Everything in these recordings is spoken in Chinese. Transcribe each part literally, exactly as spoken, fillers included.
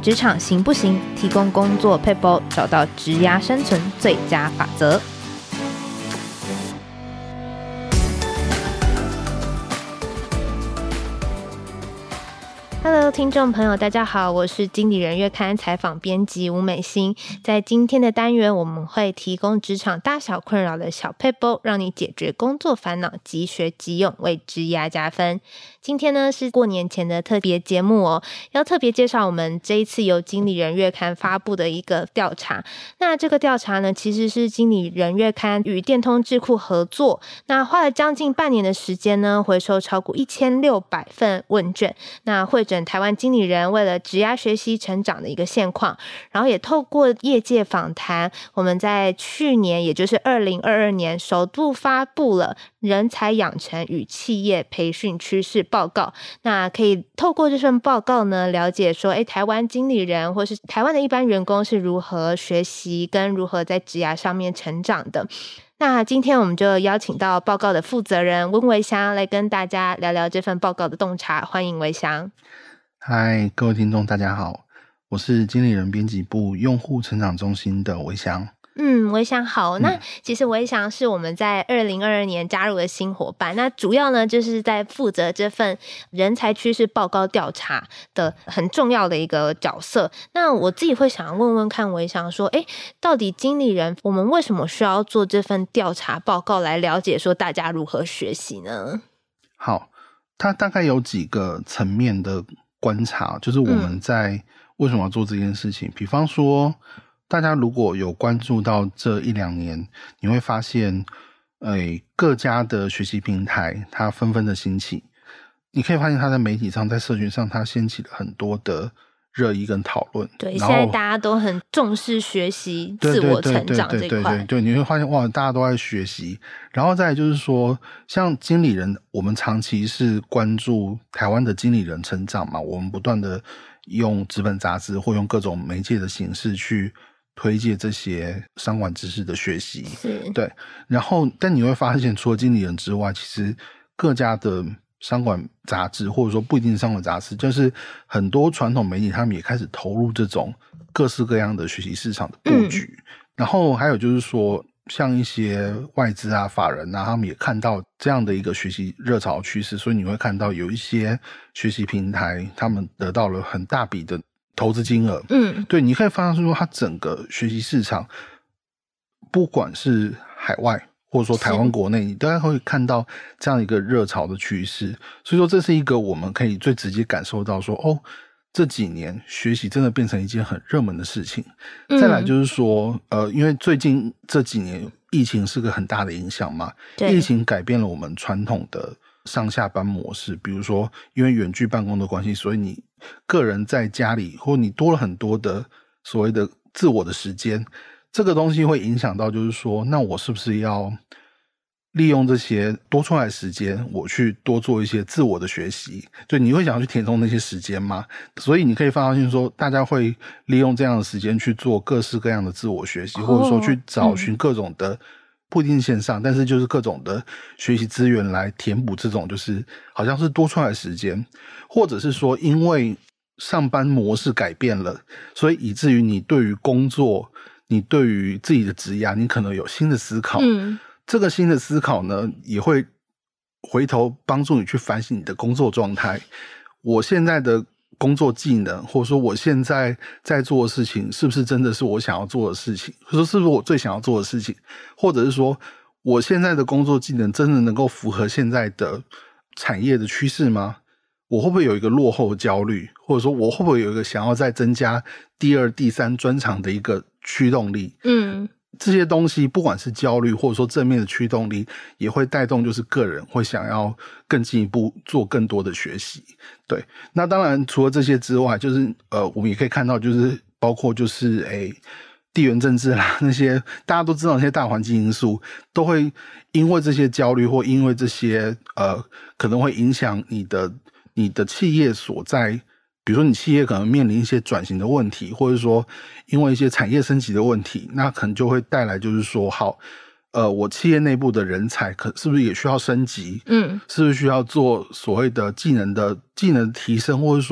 职场行不行？提供工作撇步，找到职涯生存最佳法则。Hello， 听众朋友，大家好，我是经理人月刊采访编辑吴美欣。在今天的单元，我们会提供职场大小困扰的小撇步，让你解决工作烦恼，即学即用，为职涯加分。今天呢是过年前的特别节目哦，要特别介绍我们这一次由经理人月刊发布的一个调查。那这个调查呢，其实是经理人月刊与电通智库合作，那花了将近半年的时间呢，回收超过一千六百份问卷，那汇整台湾经理人为了职涯学习成长的一个现况，然后也透过业界访谈，我们在去年也就是二零二二年首度发布了人才养成与企业培训趋势报告。那可以透过这份报告呢，了解说诶台湾经理人或是台湾的一般员工是如何学习跟如何在职涯上面成长的。那今天我们就邀请到报告的负责人温维翔来跟大家聊聊这份报告的洞察，欢迎维翔。 嗨，各位听众大家好，我是经理人编辑部用户成长中心的维翔。 嗯，维翔好。那其实维翔是我们在二零二二年加入的新伙伴，那主要呢就是在负责这份人才趋势报告调查的很重要的一个角色。那我自己会想问问看维翔说，诶，到底经理人我们为什么需要做这份调查报告来了解说大家如何学习呢？ 好，它大概有几个层面的观察，就是我们在为什么要做这件事情、嗯、比方说大家如果有关注到这一两年，你会发现诶各家的学习平台它纷纷的兴起，你可以发现它在媒体上在社群上它掀起了很多的热议跟讨论。 对，现在大家都很重视学习自我成长这一块。对对对对对对， 你会发现哇，大家都在学习。然后再来就是说，像经理人，我们长期是关注台湾的经理人成长嘛，我们不断的用纸本杂志或用各种媒介的形式去推荐这些商管知识的学习。对。然后，但你会发现，除了经理人之外，其实各家的商管杂志，或者说不一定是商管杂志，就是很多传统媒体他们也开始投入这种各式各样的学习市场的布局、嗯、然后还有就是说像一些外资啊法人啊，他们也看到这样的一个学习热潮趋势，所以你会看到有一些学习平台他们得到了很大笔的投资金额。嗯，对，你可以发现说它整个学习市场不管是海外或者说台湾国内，你大概会看到这样一个热潮的趋势。所以说这是一个我们可以最直接感受到说，哦，这几年学习真的变成一件很热门的事情、嗯、再来就是说呃，因为最近这几年疫情是个很大的影响嘛，疫情改变了我们传统的上下班模式，比如说因为远距办公的关系，所以你个人在家里或你多了很多的所谓的自我的时间，这个东西会影响到就是说，那我是不是要利用这些多出来的时间，我去多做一些自我的学习。对，你会想要去填充那些时间吗？所以你可以发现说，大家会利用这样的时间去做各式各样的自我学习、哦、或者说去找寻各种的、嗯、不一定线上，但是就是各种的学习资源来填补这种就是好像是多出来的时间，或者是说因为上班模式改变了，所以以至于你对于工作，你对于自己的职业你可能有新的思考。嗯，这个新的思考呢，也会回头帮助你去反省你的工作状态。我现在的工作技能，或者说我现在在做的事情，是不是真的是我想要做的事情？或者说是不是我最想要做的事情？或者是说，我现在的工作技能真的能够符合现在的产业的趋势吗？我会不会有一个落后焦虑？或者说我会不会有一个想要再增加第二、第三专长的一个驱动力？嗯，这些东西不管是焦虑或者说正面的驱动力，也会带动就是个人会想要更进一步做更多的学习。对，那当然除了这些之外，就是呃我们也可以看到就是包括就是诶地缘政治啦，那些大家都知道那些大环境因素都会因为这些焦虑或因为这些呃可能会影响你的你的企业所在，比如说你企业可能面临一些转型的问题，或者说因为一些产业升级的问题，那可能就会带来就是说好呃，我企业内部的人才可是不是也需要升级？嗯，是不是需要做所谓的技能的技能提升，或者说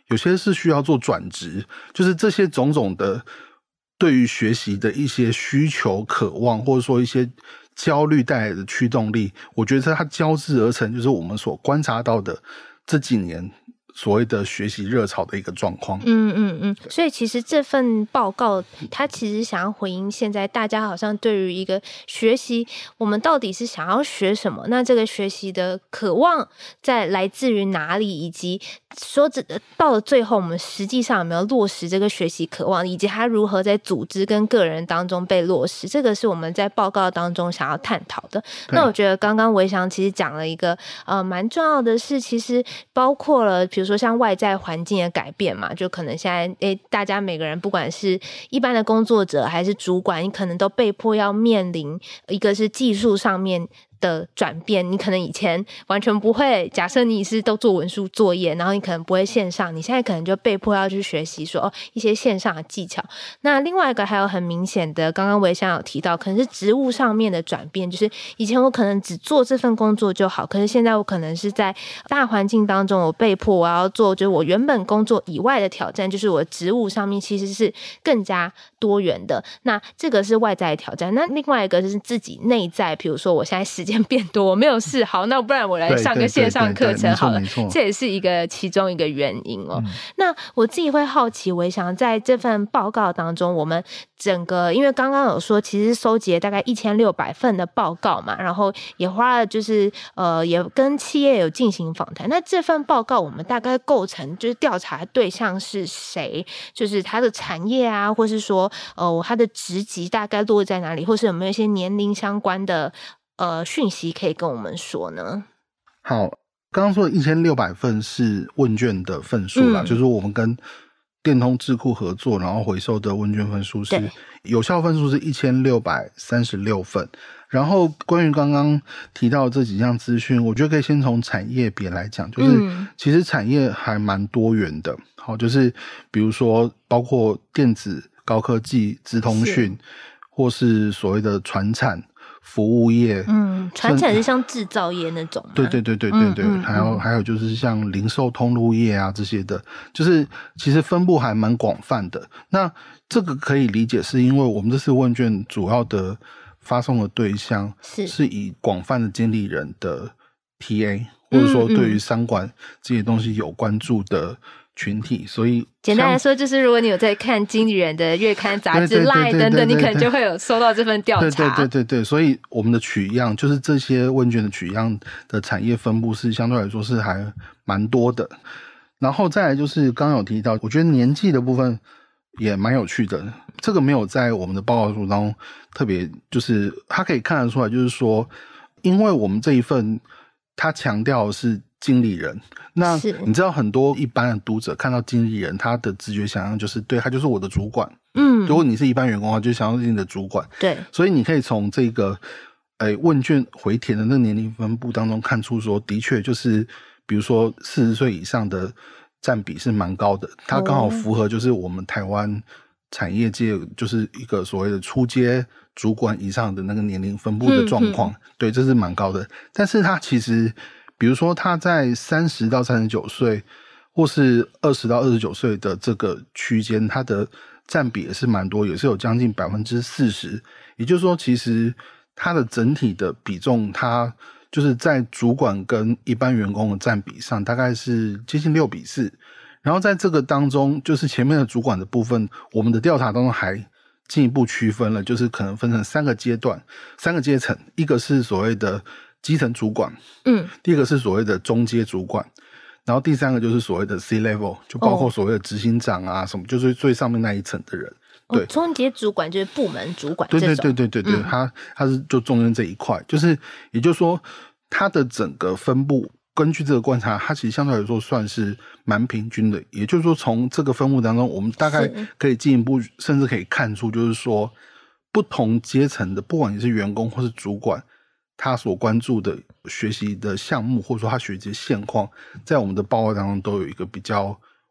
有些是需要做转职，就是这些种种的对于学习的一些需求渴望，或者说一些焦虑带来的驱动力，我觉得它交织而成，就是我们所观察到的这几年所谓的学习热潮的一个状况。 嗯嗯嗯，所以其实这份报告它其实想要回应现在大家好像对于一个学习，我们到底是想要学什么，那这个学习的渴望在来自于哪里，以及说这到了最后我们实际上有没有落实这个学习渴望，以及它如何在组织跟个人当中被落实，这个是我们在报告当中想要探讨的。那我觉得刚刚维翔其实讲了一个呃蛮重要的是，其实包括了比如说像外在环境的改变嘛，就可能现在诶大家每个人不管是一般的工作者还是主管，你可能都被迫要面临一个是技术上面的转变，你可能以前完全不会，假设你是都做文书作业，然后你可能不会线上，你现在可能就被迫要去学习说、哦、一些线上的技巧。那另外一个还有很明显的，刚刚维翔有提到可能是职务上面的转变，就是以前我可能只做这份工作就好，可是现在我可能是在大环境当中我被迫我要做就是我原本工作以外的挑战，就是我职务上面其实是更加多元的。那这个是外在的挑战，那另外一个就是自己内在，比如说我现在时间变多，我没有事，好，那不然我来上个线上课程好了，这也是一个其中一个原因哦。嗯、那我自己会好奇，我想在这份报告当中，我们整个因为刚刚有说，其实收集了大概一千六百份的报告嘛，然后也花了就是呃，也跟企业有进行访谈。那这份报告我们大概构成就是调查对象是谁，就是他的产业啊，或是说呃他的职级大概落在哪里，或是有没有一些年龄相关的呃讯息可以跟我们说呢？ 好，刚刚说的一千六百份是问卷的份数啦、嗯、就是我们跟电通智库合作然后回收的问卷分数是有效分数是一千六百三十六份。然后关于刚刚提到这几项资讯，我觉得可以先从产业别来讲，就是其实产业还蛮多元的。好，就是比如说包括电子、高科技、资通讯，或是所谓的传产、服务业， 嗯，传产是像制造业那种吗？ 对对对对对对，嗯嗯嗯、还有还有就是像零售通路业啊这些的，就是其实分布还蛮广泛的。那这个可以理解，是因为我们这次问卷主要的发送的对象是是以广泛的经理人的 T A， 或者说对于商管这些东西有关注的群体，所以简单来说就是如果你有在看经理人的月刊杂志 Line 等等，你可能就会有收到这份调查。 对对对对对，所以我们的取样就是这些问卷的取样的产业分布是相对来说是还蛮多的。然后再来就是刚刚有提到，我觉得年纪的部分也蛮有趣的，这个没有在我们的报告书当中特别，就是它可以看得出来，就是说因为我们这一份它强调的是经理人，那你知道很多一般的读者看到经理人，他的直觉想象就是对，他就是我的主管。嗯，如果你是一般员工的话，就想象是你的主管。 对， 所以你可以从这个诶问卷回填的那个年龄分布当中看出说，的确就是比如说四十岁以上的占比是蛮高的，它刚好符合就是我们台湾产业界就是一个所谓的初阶主管以上的那个年龄分布的状况。嗯嗯，对，这是蛮高的。但是它其实比如说他在三十到三十九岁或是二十到二十九岁的这个区间，他的占比也是蛮多，也是有将近 百分之四十。 也就是说其实他的整体的比重，他就是在主管跟一般员工的占比上大概是接近六比四。然后在这个当中，就是前面的主管的部分，我们的调查当中还进一步区分了，就是可能分成三个阶段三个阶层，一个是所谓的基层主管，嗯，第二个是所谓的中阶主管，然后第三个就是所谓的 C level， 就包括所谓的执行长啊、哦、什么，就是最上面那一层的人。对， 哦、中阶主管就是部门主管这种。 对对对对对对、嗯、他他是就中间这一块，就是也就是说他的整个分布，根据这个观察，它其实相对来说算是蛮平均的。也就是说从这个分布当中，我们大概可以进一步甚至可以看出，就是说不同阶层的，不管你是员工或是主管，他所关注的学习的项目，或者说他学习的现况，在我们的报告当中都有一个比较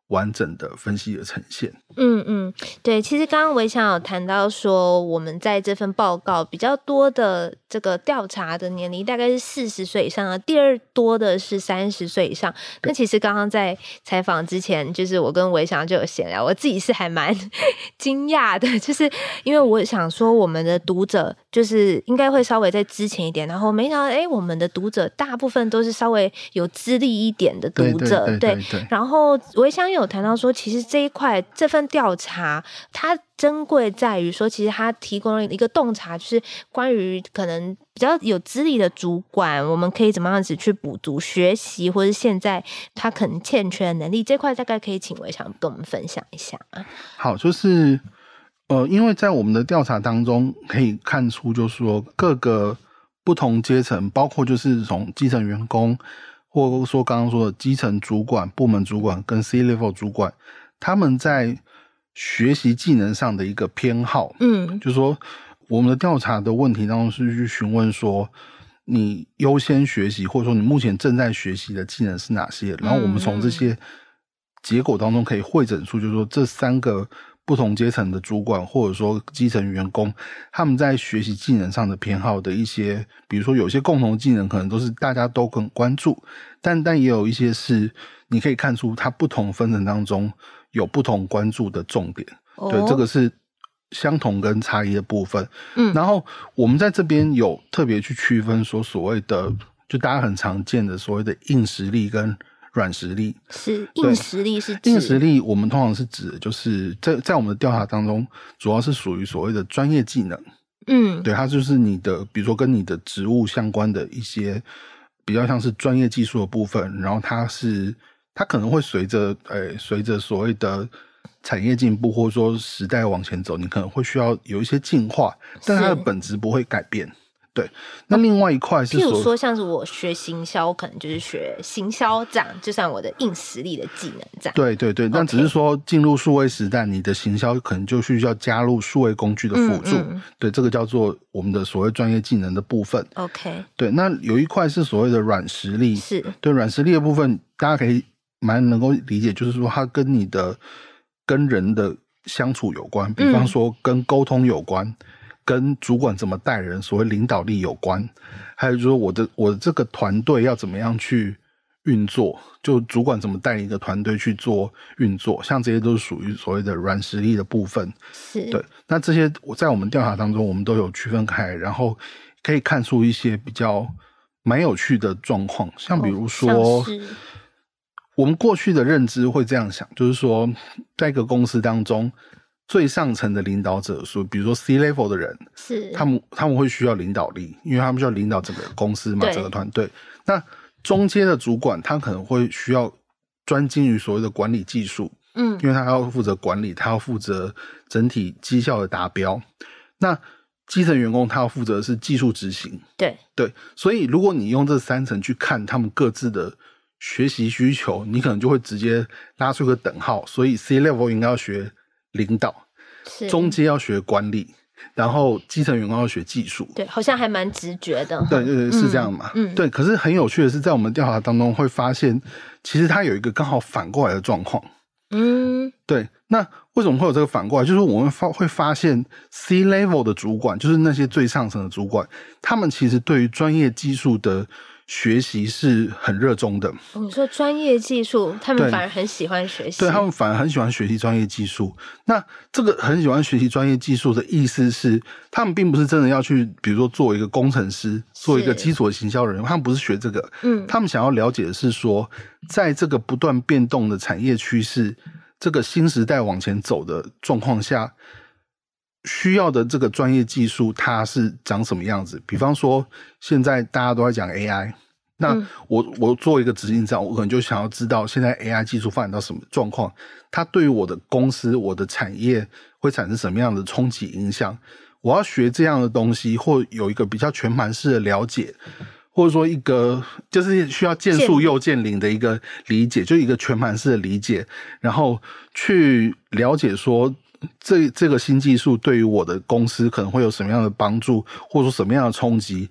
完整的分析的呈现。 嗯嗯，对，其实刚刚维翔有谈到说，我们在这份报告比较多的这个调查的年龄大概是四十岁以上的，第二多的是三十岁以上。那其实刚刚在采访之前，就是我跟维翔就有闲聊，我自己是还蛮惊讶的，就是因为我想说我们的读者就是应该会稍微再之前一点，然后没想到哎，我们的读者大部分都是稍微有资历一点的读者， 对对对对对。 然后维翔有谈到说，其实这一块这份调查它珍贵在于说，其实它提供了一个洞察，就是关于可能比较有资历的主管，我们可以怎么样子去补足学习，或是现在他可能欠缺的能力，这块大概可以请维翔跟我们分享一下。 好，就是呃，因为在我们的调查当中可以看出，就是说各个不同阶层，包括就是从基层员工，或者说刚刚说的基层主管、部门主管跟 C level 主管，他们在学习技能上的一个偏好。嗯，就是说我们的调查的问题当中是去询问说，你优先学习或者说你目前正在学习的技能是哪些，然后我们从这些结果当中可以汇整出，就是说这三个不同阶层的主管或者说基层员工，他们在学习技能上的偏好的一些，比如说有些共同技能可能都是大家都很关注，但但也有一些是你可以看出它不同分层当中有不同关注的重点。哦，对，这个是相同跟差异的部分。嗯，然后我们在这边有特别去区分说所谓的就大家很常见的所谓的硬实力跟软实力。 是硬实力是指硬实力我们通常是指的就是在在我们的调查当中主要是属于所谓的专业技能。嗯，对，它就是你的比如说跟你的职务相关的一些比较像是专业技术的部分，然后它是它可能会随着呃随着所谓的产业进步或者说时代往前走，你可能会需要有一些进化，但它的本质不会改变。对，那另外一块是譬如说像是我学行销，可能就是学行销这样，就算我的硬实力的技能这样。 对对对，但只是说进入数位时代，你的行销可能就需要加入数位工具的辅助。嗯嗯，对，这个叫做我们的所谓专业技能的部分。 OK， 对，那有一块是所谓的软实力。 是， 对，软实力的部分大家可以蛮能够理解，就是说它跟你的跟人的相处有关，比方说跟沟通有关。嗯，跟主管怎么带人，所谓领导力有关，还有就是说我的我的这个团队要怎么样去运作，就主管怎么带领一个团队去做运作，像这些都是属于所谓的软实力的部分。 是， 对，那这些在我们调查当中我们都有区分开，然后可以看出一些比较蛮有趣的状况，像比如说、哦、我们过去的认知会这样想，就是说在一个公司当中最上层的领导者，比如说 C level 的人，是他们他们会需要领导力，因为他们需要领导整个公司嘛，整个团队。那中阶的主管他可能会需要专精于所谓的管理技术，嗯，因为他要负责管理，他要负责整体绩效的达标。那基层员工他要负责的是技术执行， 对对，所以如果你用这三层去看他们各自的学习需求，你可能就会直接拉出个等号。所以 C level 应该要学领导，中阶要学管理，然后基层员工要学技术。 对，好像还蛮直觉的。 对对对，是这样嘛。嗯，对。可是很有趣的是，在我们调查当中会发现，其实它有一个刚好反过来的状况。嗯，对。那为什么会有这个反过来？就是我们发会发现 C level 的主管，就是那些最上层的主管，他们其实对于专业技术的学习是很热衷的。 哦，你说专业技术，他们反而很喜欢学习。 对，他们反而很喜欢学习专业技术。那这个很喜欢学习专业技术的意思是，他们并不是真的要去，比如说做一个工程师，做一个基础的行销人，他们不是学这个。嗯，他们想要了解的是说，在这个不断变动的产业趋势，这个新时代往前走的状况下，需要的这个专业技术它是长什么样子。比方说现在大家都在讲 A I， 那我、嗯、我做一个执行长，我可能就想要知道现在 A I 技术发展到什么状况，它对于我的公司我的产业会产生什么样的冲击影响。我要学这样的东西，或有一个比较全盘式的了解，或者说一个就是需要见树又见林的一个理解，就一个全盘式的理解，然后去了解说这这个新技术对于我的公司可能会有什么样的帮助，或者说什么样的冲击，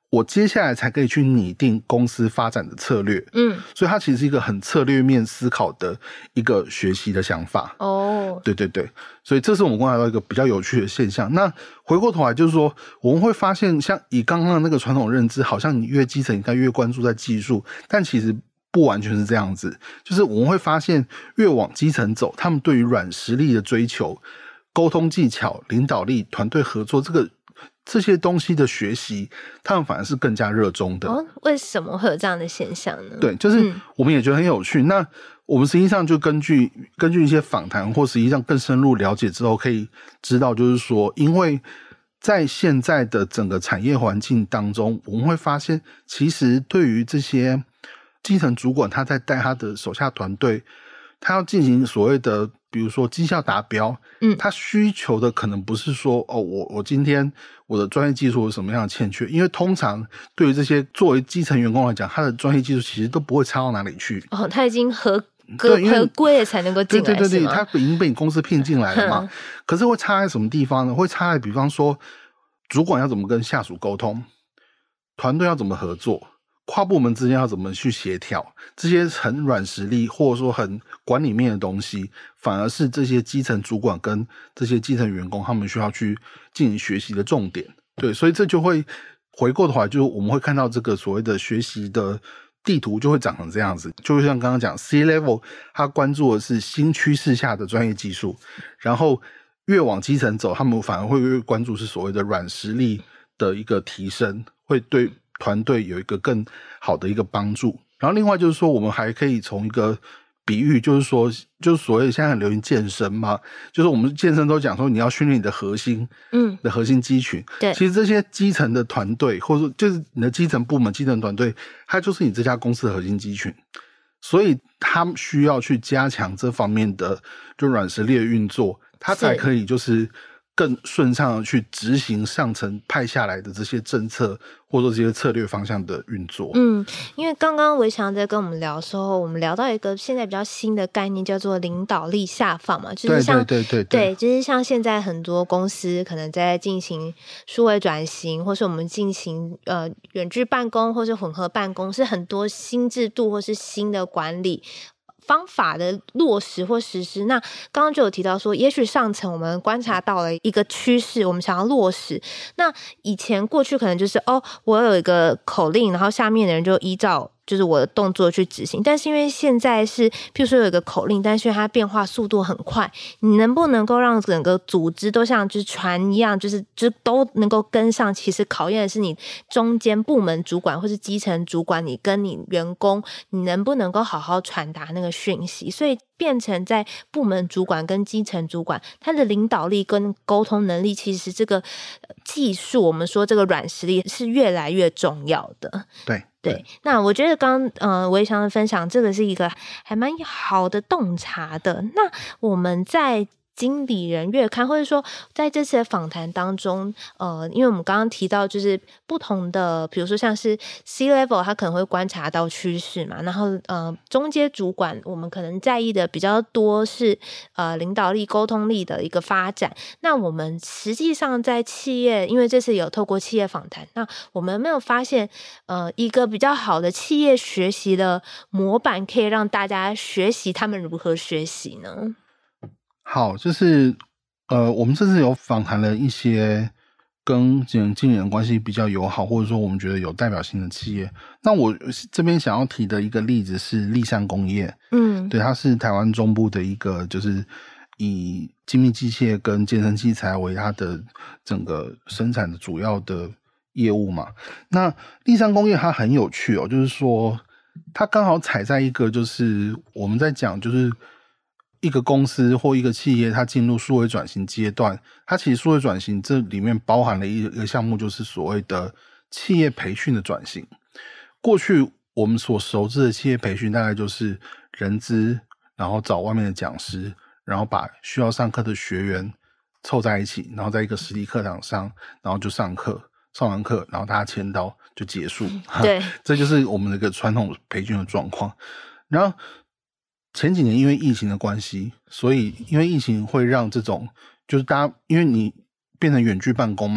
我接下来才可以去拟定公司发展的策略。嗯，所以它其实是一个很策略面思考的一个学习的想法。哦，对对对，所以这是我们观察到一个比较有趣的现象。那回过头来就是说，我们会发现像以刚刚的那个传统认知，好像你越基层应该越关注在技术，但其实不完全是这样子。就是我们会发现越往基层走，他们对于软实力的追求、沟通技巧、领导力、团队合作这个这些东西的学习，他们反而是更加热衷的。 哦，为什么会有这样的现象呢？ 对，就是我们也觉得很有趣。嗯、那我们实际上就根据根据一些访谈，或实际上更深入了解之后，可以知道，就是说，因为在现在的整个产业环境当中，我们会发现，其实对于这些基层主管，他在带他的手下团队，他要进行所谓的比如说绩效达标，嗯，他需求的可能不是说哦，我我今天我的专业技术有什么样的欠缺，因为通常对于这些作为基层员工来讲，他的专业技术其实都不会差到哪里去。 哦，他已经合合合规才能够进来， 对对对对，他已经被你公司聘进来了嘛。可是会差在什么地方呢？会差在比方说，主管要怎么跟下属沟通，团队要怎么合作。跨部门之间要怎么去协调，这些很软实力或者说很管理面的东西，反而是这些基层主管跟这些基层员工他们需要去进行学习的重点。对，所以这就会回过头来，就是我们会看到这个所谓的学习的地图就会长成这样子。就像刚刚讲 C level 他关注的是新趋势下的专业技术，然后越往基层走，他们反而会越关注是所谓的软实力的一个提升，会对团队有一个更好的一个帮助。然后另外就是说，我们还可以从一个比喻，就是说就是所谓现在很流行健身嘛，就是我们健身都讲说你要训练你的核心，嗯，的核心肌群。对，其实这些基层的团队或者说就是你的基层部门基层团队，它就是你这家公司的核心肌群，所以他们需要去加强这方面的就软实力的运作，它才可以就是更顺畅的去执行上层派下来的这些政策或者说这些策略方向的运作。 嗯，因为刚刚维翔在跟我们聊的时候，我们聊到一个现在比较新的概念，叫做领导力下放嘛，就是像对对对对, 对，就是像现在很多公司可能在进行数位转型，或是我们进行呃远距办公，或是混合办公，是很多新制度或是新的管理方法的落实或实施。那刚刚就有提到说，也许上层我们观察到了一个趋势，我们想要落实。那以前过去可能就是哦，我有一个口令，然后下面的人就依照就是我的动作去执行。但是因为现在是譬如说有一个口令，但是因为它变化速度很快，你能不能够让整个组织都像就是船一样，就是就都能够跟上，其实考验的是你中间部门主管或是基层主管，你跟你员工你能不能够好好传达那个讯息。所以变成在部门主管跟基层主管，他的领导力跟沟通能力，其实这个技术我们说这个软实力是越来越重要的。 对对，那我觉得刚呃维翔的分享，这个是一个还蛮好的洞察的。那我们在经理人月刊，或者说在这次的访谈当中，呃，因为我们刚刚提到就是不同的，比如说像是 C level 他可能会观察到趋势嘛，然后呃中阶主管我们可能在意的比较多是呃领导力沟通力的一个发展。那我们实际上在企业，因为这次有透过企业访谈，那我们有没有发现呃一个比较好的企业学习的模板，可以让大家学习他们如何学习呢？ 好，就是呃，我们这次有访谈了一些跟经理人关系比较友好，或者说我们觉得有代表性的企业。那我这边想要提的一个例子是立山工业，嗯，对，它是台湾中部的一个，就是以精密机械跟健身器材为它的整个生产的主要的业务嘛。那立山工业它很有趣哦，就是说它刚好踩在一个就是我们在讲就是一个公司或一个企业它进入数位转型阶段，它其实数位转型这里面包含了一个项目，就是所谓的企业培训的转型。过去我们所熟知的企业培训大概就是人资，然后找外面的讲师，然后把需要上课的学员凑在一起，然后在一个实体课堂上，然后就上课，上完课然后大家签到就结束。对，这就是我们的一个传统培训的状况。然后前几年因为疫情的关系，所以因为疫情会让这种就是大家因为你变成远距办公嘛，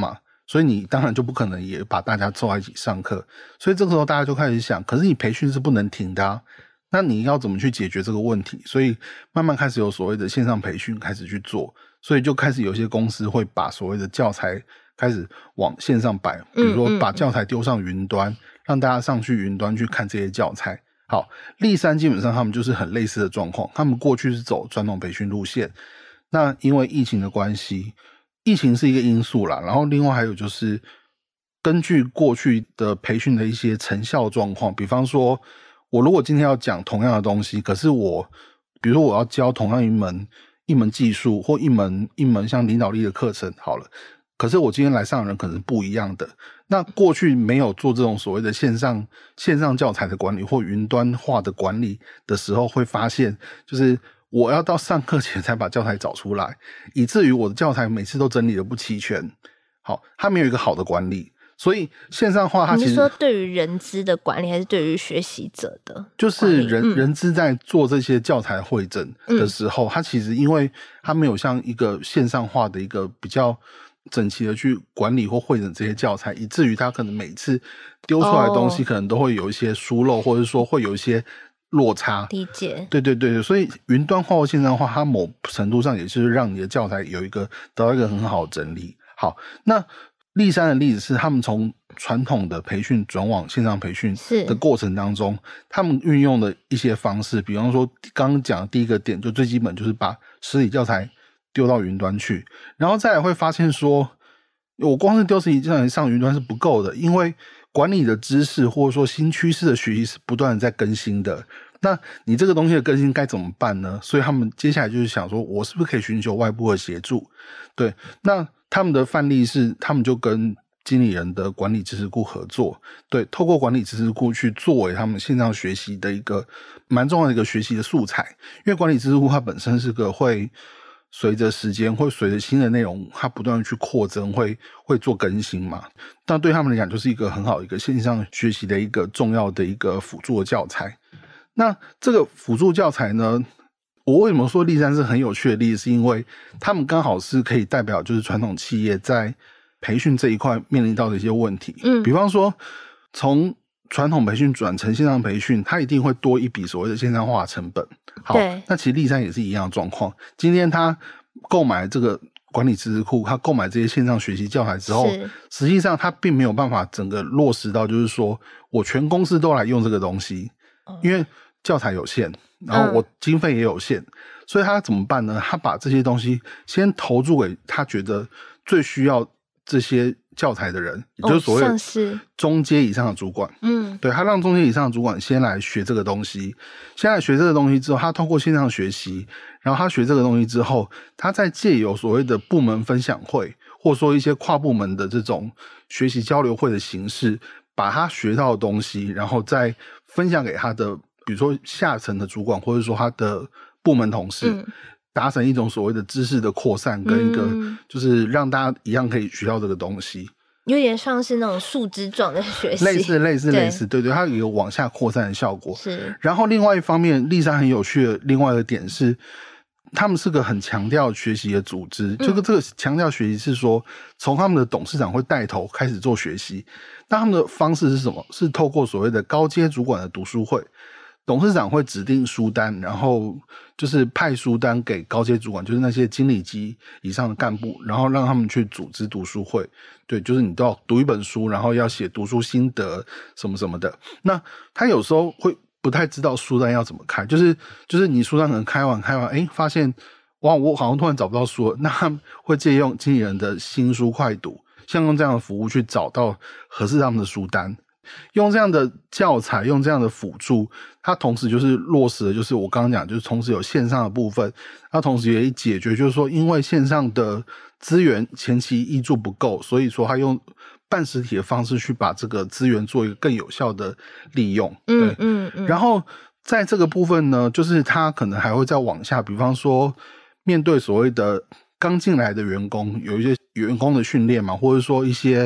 所以你当然就不可能也把大家凑在一起上课，所以这个时候大家就开始想，可是你培训是不能停的啊，那你要怎么去解决这个问题？所以慢慢开始有所谓的线上培训开始去做，所以就开始有些公司会把所谓的教材开始往线上摆，比如说把教材丢上云端，嗯嗯嗯，让大家上去云端去看这些教材。好，立山基本上他们就是很类似的状况，他们过去是走传统培训路线，那因为疫情的关系，疫情是一个因素啦，然后另外还有就是根据过去的培训的一些成效状况，比方说我如果今天要讲同样的东西，可是我比如说我要教同样一门一门技术或一门一门像领导力的课程好了，可是我今天来上的人可能不一样的，那过去没有做这种所谓的线上线上教材的管理或云端化的管理的时候，会发现就是我要到上课前才把教材找出来，以至于我的教材每次都整理的不齐全。好，它没有一个好的管理，所以线上化它其实，你是说对于人资的管理还是对于学习者的？ 就是人、嗯、人资在做这些教材汇整的时候、嗯、它其实因为它没有像一个线上化的一个比较整齐的去管理或汇整这些教材，以至于它可能每次丢出来的东西可能都会有一些疏漏、哦、或者说会有一些落差。 理解。 对对对，所以云端化或线上化它某程度上也就是让你的教材有一个得到一个很好的整理。好，那立山的例子是他们从传统的培训转往线上培训的过程当中，他们运用的一些方式，比方说刚刚讲的第一个点就最基本就是把实体教材丢到云端去，然后再来会发现说我光是丢实体教材上云端是不够的，因为管理的知识或者说新趋势的学习是不断的在更新的，那你这个东西的更新该怎么办呢？所以他们接下来就是想说我是不是可以寻求外部的协助。对，那他们的范例是他们就跟经理人的管理知识库合作，对，透过管理知识库去作为他们线上学习的一个蛮重要的一个学习的素材，因为管理知识库它本身是个会随着时间会随着新的内容它不断的去扩增，会会做更新嘛，但对他们来讲就是一个很好的一个线上学习的一个重要的一个辅助的教材。那这个辅助教材呢，我为什么说立山是很有趣的例子，是因为他们刚好是可以代表就是传统企业在培训这一块面临到的一些问题。嗯，比方说从传统培训转成线上培训，它一定会多一笔所谓的线上化成本。好，那其实立山也是一样的状况。今天他购买这个管理知识库，他购买这些线上学习教材之后，实际上他并没有办法整个落实到就是说我全公司都来用这个东西，嗯、因为教材有限，然后我经费也有限、嗯、所以他怎么办呢？他把这些东西先投注给他觉得最需要这些教材的人，也就是所谓的中阶以上的主管。嗯，对，他让中阶以上的主管先来学这个东西，先来学这个东西之后，他透过线上学习，然后他学这个东西之后，他再借由所谓的部门分享会，或者说一些跨部门的这种学习交流会的形式，把他学到的东西，然后再分享给他的比如说下层的主管，或者说他的部门同事、嗯、达成一种所谓的知识的扩散，跟一个就是让大家一样可以学到这个东西， 有点像是那种树枝状的学习， 类似类似类似，对对，它有一个往下扩散的效果。是。然后另外一方面，立山很有趣的另外一个点是，他们是个很强调学习的组织。这个这个强调学习是说，从他们的董事长会带头开始做学习。那他们的方式是什么？是透过所谓的高阶主管的读书会。董事长会指定书单，然后就是派书单给高阶主管，就是那些经理级以上的干部，然后让他们去组织读书会。对，就是你都要读一本书，然后要写读书心得什么什么的。那他有时候会不太知道书单要怎么开，就是就是你书单可能开完开完，诶，发现哇，我好像突然找不到书了，那他们会借用经理人的新书快读，像用这样的服务去找到合适他们的书单。用这样的教材，用这样的辅助，它同时就是落实的就是我刚刚讲，就是同时有线上的部分，它同时也解决就是说因为线上的资源前期挹注不够，所以说它用半实体的方式去把这个资源做一个更有效的利用。对，嗯嗯嗯。然后在这个部分呢，就是它可能还会再往下，比方说面对所谓的刚进来的员工，有一些员工的训练嘛，或者说一些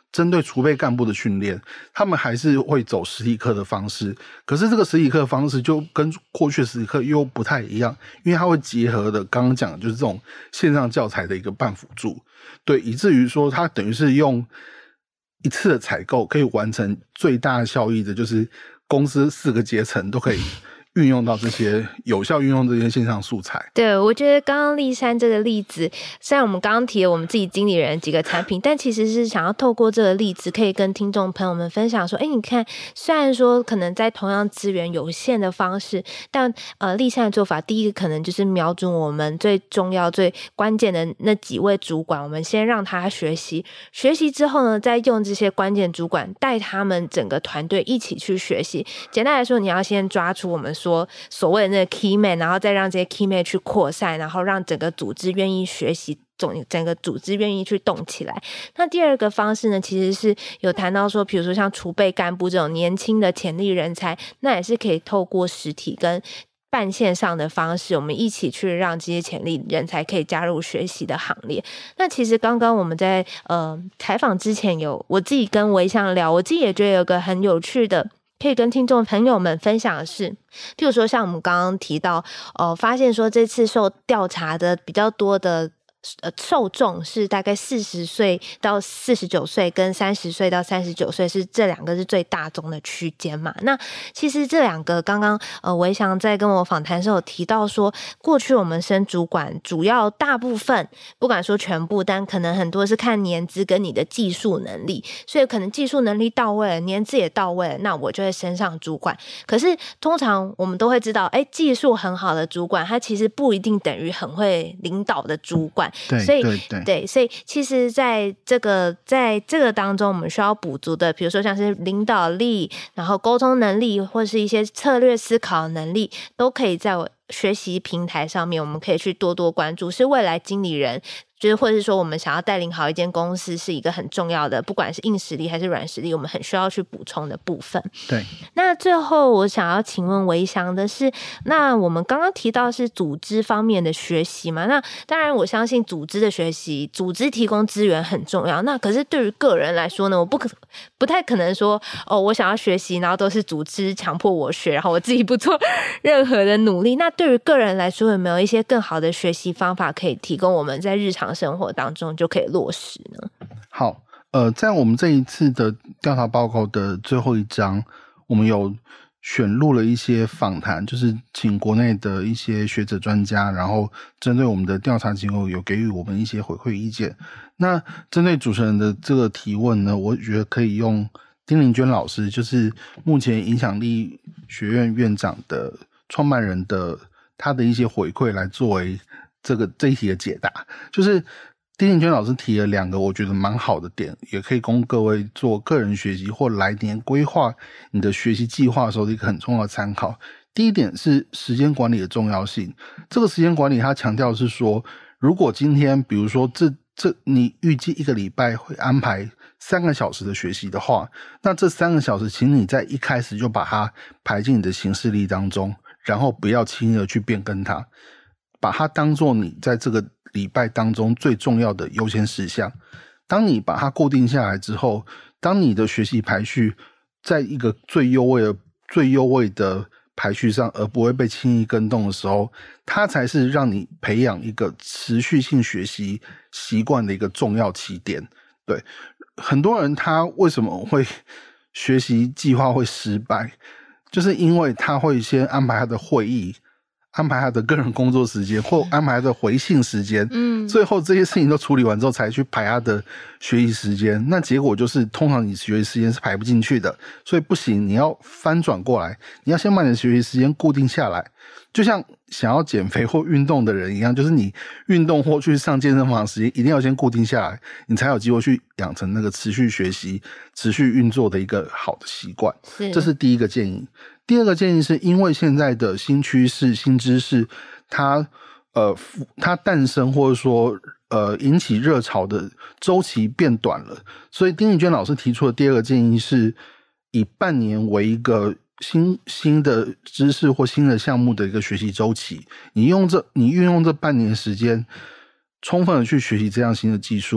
针对储备干部的训练，他们还是会走实体课的方式，可是这个实体课的方式就跟过去的实体课又不太一样，因为它会结合的刚刚讲的就是这种线上教材的一个半辅助，对，以至于说它等于是用一次的采购可以完成最大效益的，就是公司四个阶层都可以运用到这些有效运用这些线上素材。 对，我觉得刚刚丽珊这个例子，虽然我们刚刚提了我们自己经理人几个产品，但其实是想要透过这个例子可以跟听众朋友们分享说，哎，你看虽然说可能在同样资源有限的方式，但呃丽珊的做法，第一个可能就是瞄准我们最重要最关键的那几位主管，我们先让他学习，学习之后呢，再用这些关键主管带他们整个团队一起去学习。简单来说，你要先抓出我们说所谓的那个 key man， 然后再让这些 key man 去扩散，然后让整个组织愿意学习，整个组织愿意去动起来。那第二个方式呢，其实是有谈到说，比如说像储备干部这种年轻的潜力人才，那也是可以透过实体跟半线上的方式，我们一起去让这些潜力人才可以加入学习的行列。那其实刚刚我们在呃采访之前有我自己跟维翔聊，我自己也觉得有个很有趣的可以跟听众朋友们分享的是，譬如说像我们刚刚提到呃，发现说这次受调查的比较多的呃，受众是大概四十岁到四十九岁跟三十岁到三十九岁，是这两个是最大宗的区间嘛。那其实这两个刚刚呃维翔在跟我访谈的时候有提到说，过去我们升主管主要大部分不敢说全部，但可能很多是看年资跟你的技术能力，所以可能技术能力到位了，年资也到位了，那我就会升上主管。可是通常我们都会知道，哎，技术很好的主管他其实不一定等于很会领导的主管， 对， 所以对对对，所以其实在这个在这个当中，我们需要补足的，比如说像是领导力，然后沟通能力，或是一些策略思考能力，都可以在我学习平台上面，我们可以去多多关注，是未来经理人。就是或者是说我们想要带领好一间公司是一个很重要的，不管是硬实力还是软实力，我们很需要去补充的部分。 对， 那最后我想要请问维翔的是，那我们刚刚提到是组织方面的学习嘛，那当然我相信组织的学习，组织提供资源很重要，那可是对于个人来说呢，我不可不太可能说哦，我想要学习，然后都是组织强迫我学，然后我自己不做任何的努力。那对于个人来说，有没有一些更好的学习方法可以提供我们在日常生活当中就可以落实呢？ 好，呃，在我们这一次的调查报告的最后一章，我们有选录了一些访谈，就是请国内的一些学者专家，然后针对我们的调查结果有给予我们一些回馈意见。那针对主持人的这个提问呢，我觉得可以用丁玲娟老师，就是目前影响力学院院长的创办人的他的一些回馈来作为这个这一题的解答。就是丁玲娟老师提了两个我觉得蛮好的点，也可以供各位做个人学习或来年规划你的学习计划的时候的一个很重要的参考。第一点是时间管理的重要性，这个时间管理他强调的是说，如果今天比如说这这你预计一个礼拜会安排三个小时的学习的话，那这三个小时请你在一开始就把它排进你的行事历当中，然后不要轻易的去变更它，把它当作你在这个礼拜当中最重要的优先事项。当你把它固定下来之后，当你的学习排序在一个最优位的最优位的排序上，而不会被轻易更动的时候，它才是让你培养一个持续性学习习惯的一个重要起点。对，很多人他为什么会学习计划会失败，就是因为他会先安排他的会议，安排他的个人工作时间，或安排他的回信时间，嗯，最后这些事情都处理完之后才去排他的学习时间，那结果就是通常你学习时间是排不进去的，所以不行，你要翻转过来，你要先把你的学习时间固定下来，就像想要减肥或运动的人一样，就是你运动或去上健身房的时间一定要先固定下来，你才有机会去养成那个持续学习持续运作的一个好的习惯。这是第一个建议。第二个建议是因为现在的新趋势新知识它呃它诞生或者说呃引起热潮的周期变短了，所以丁玲娟老师提出的第二个建议是以半年为一个新新的知识或新的项目的一个学习周期，你用这你运用这半年时间充分的去学习这样新的技术，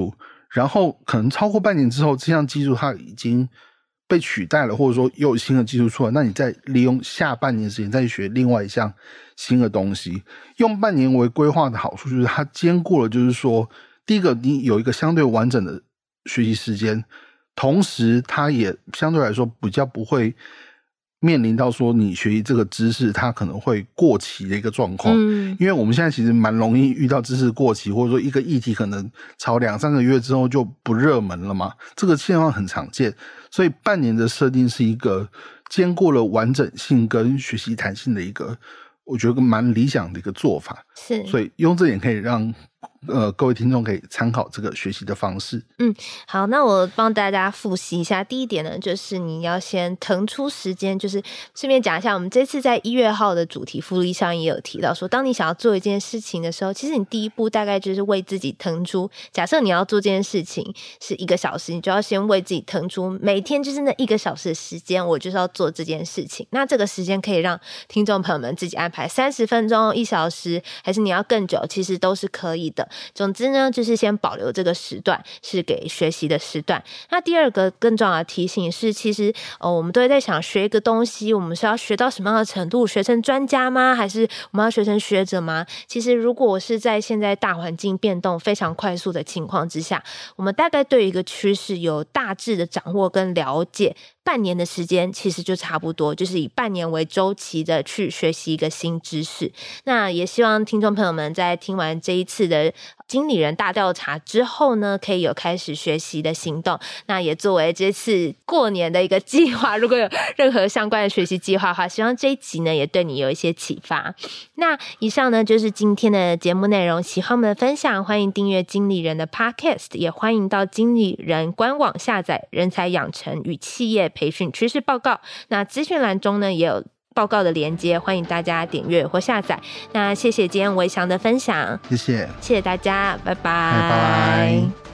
然后可能超过半年之后，这项技术它已经被取代了，或者说又有新的技术出来，那你再利用下半年的时间再去学另外一项新的东西。用半年为规划的好处就是它兼顾了，就是说第一个你有一个相对完整的学习时间，同时它也相对来说比较不会面临到说你学习这个知识它可能会过期的一个状况。嗯，因为我们现在其实蛮容易遇到知识过期，或者说一个议题可能炒两三个月之后就不热门了嘛，这个现象很常见。所以半年的设定是一个兼顾了完整性跟学习弹性的一个，我觉得蛮理想的一个做法。 是， 所以用这点可以让呃各位听众可以参考这个学习的方式。 嗯，好，那我帮大家复习一下。第一点呢，就是你要先腾出时间，就是顺便讲一下，我们这次在一月号的主题附录上也有提到说，当你想要做一件事情的时候，其实你第一步大概就是为自己腾出，假设你要做这件事情是一个小时，你就要先为自己腾出每天就是那一个小时的时间，我就是要做这件事情。那这个时间可以让听众朋友们自己安排三十分钟、一小时，还是你要更久，其实都是可以的。总之呢，就是先保留这个时段是给学习的时段。那第二个更重要的提醒是，其实呃，我们都会在想学一个东西，我们是要学到什么样的程度？学成专家吗？还是我们要学成学者吗？其实如果我是在现在大环境变动非常快速的情况之下，我们大概对一个趋势有大致的掌握跟了解，半年的时间其实就差不多，就是以半年为周期的去学习一个新知识。那也希望听众朋友们在听完这一次的经理人大调查之后呢，可以有开始学习的行动。那也作为这次过年的一个计划，如果有任何相关的学习计划的话，希望这一集呢也对你有一些启发。那以上呢就是今天的节目内容，喜欢我们的分享，欢迎订阅经理人的 Podcast， 也欢迎到经理人官网下载人才养成与企业培训趋势报告。那资讯栏中呢也有报告的连结，欢迎大家点阅或下载。那谢谢今天维翔的分享， 谢谢， 谢谢大家，拜拜， 拜拜。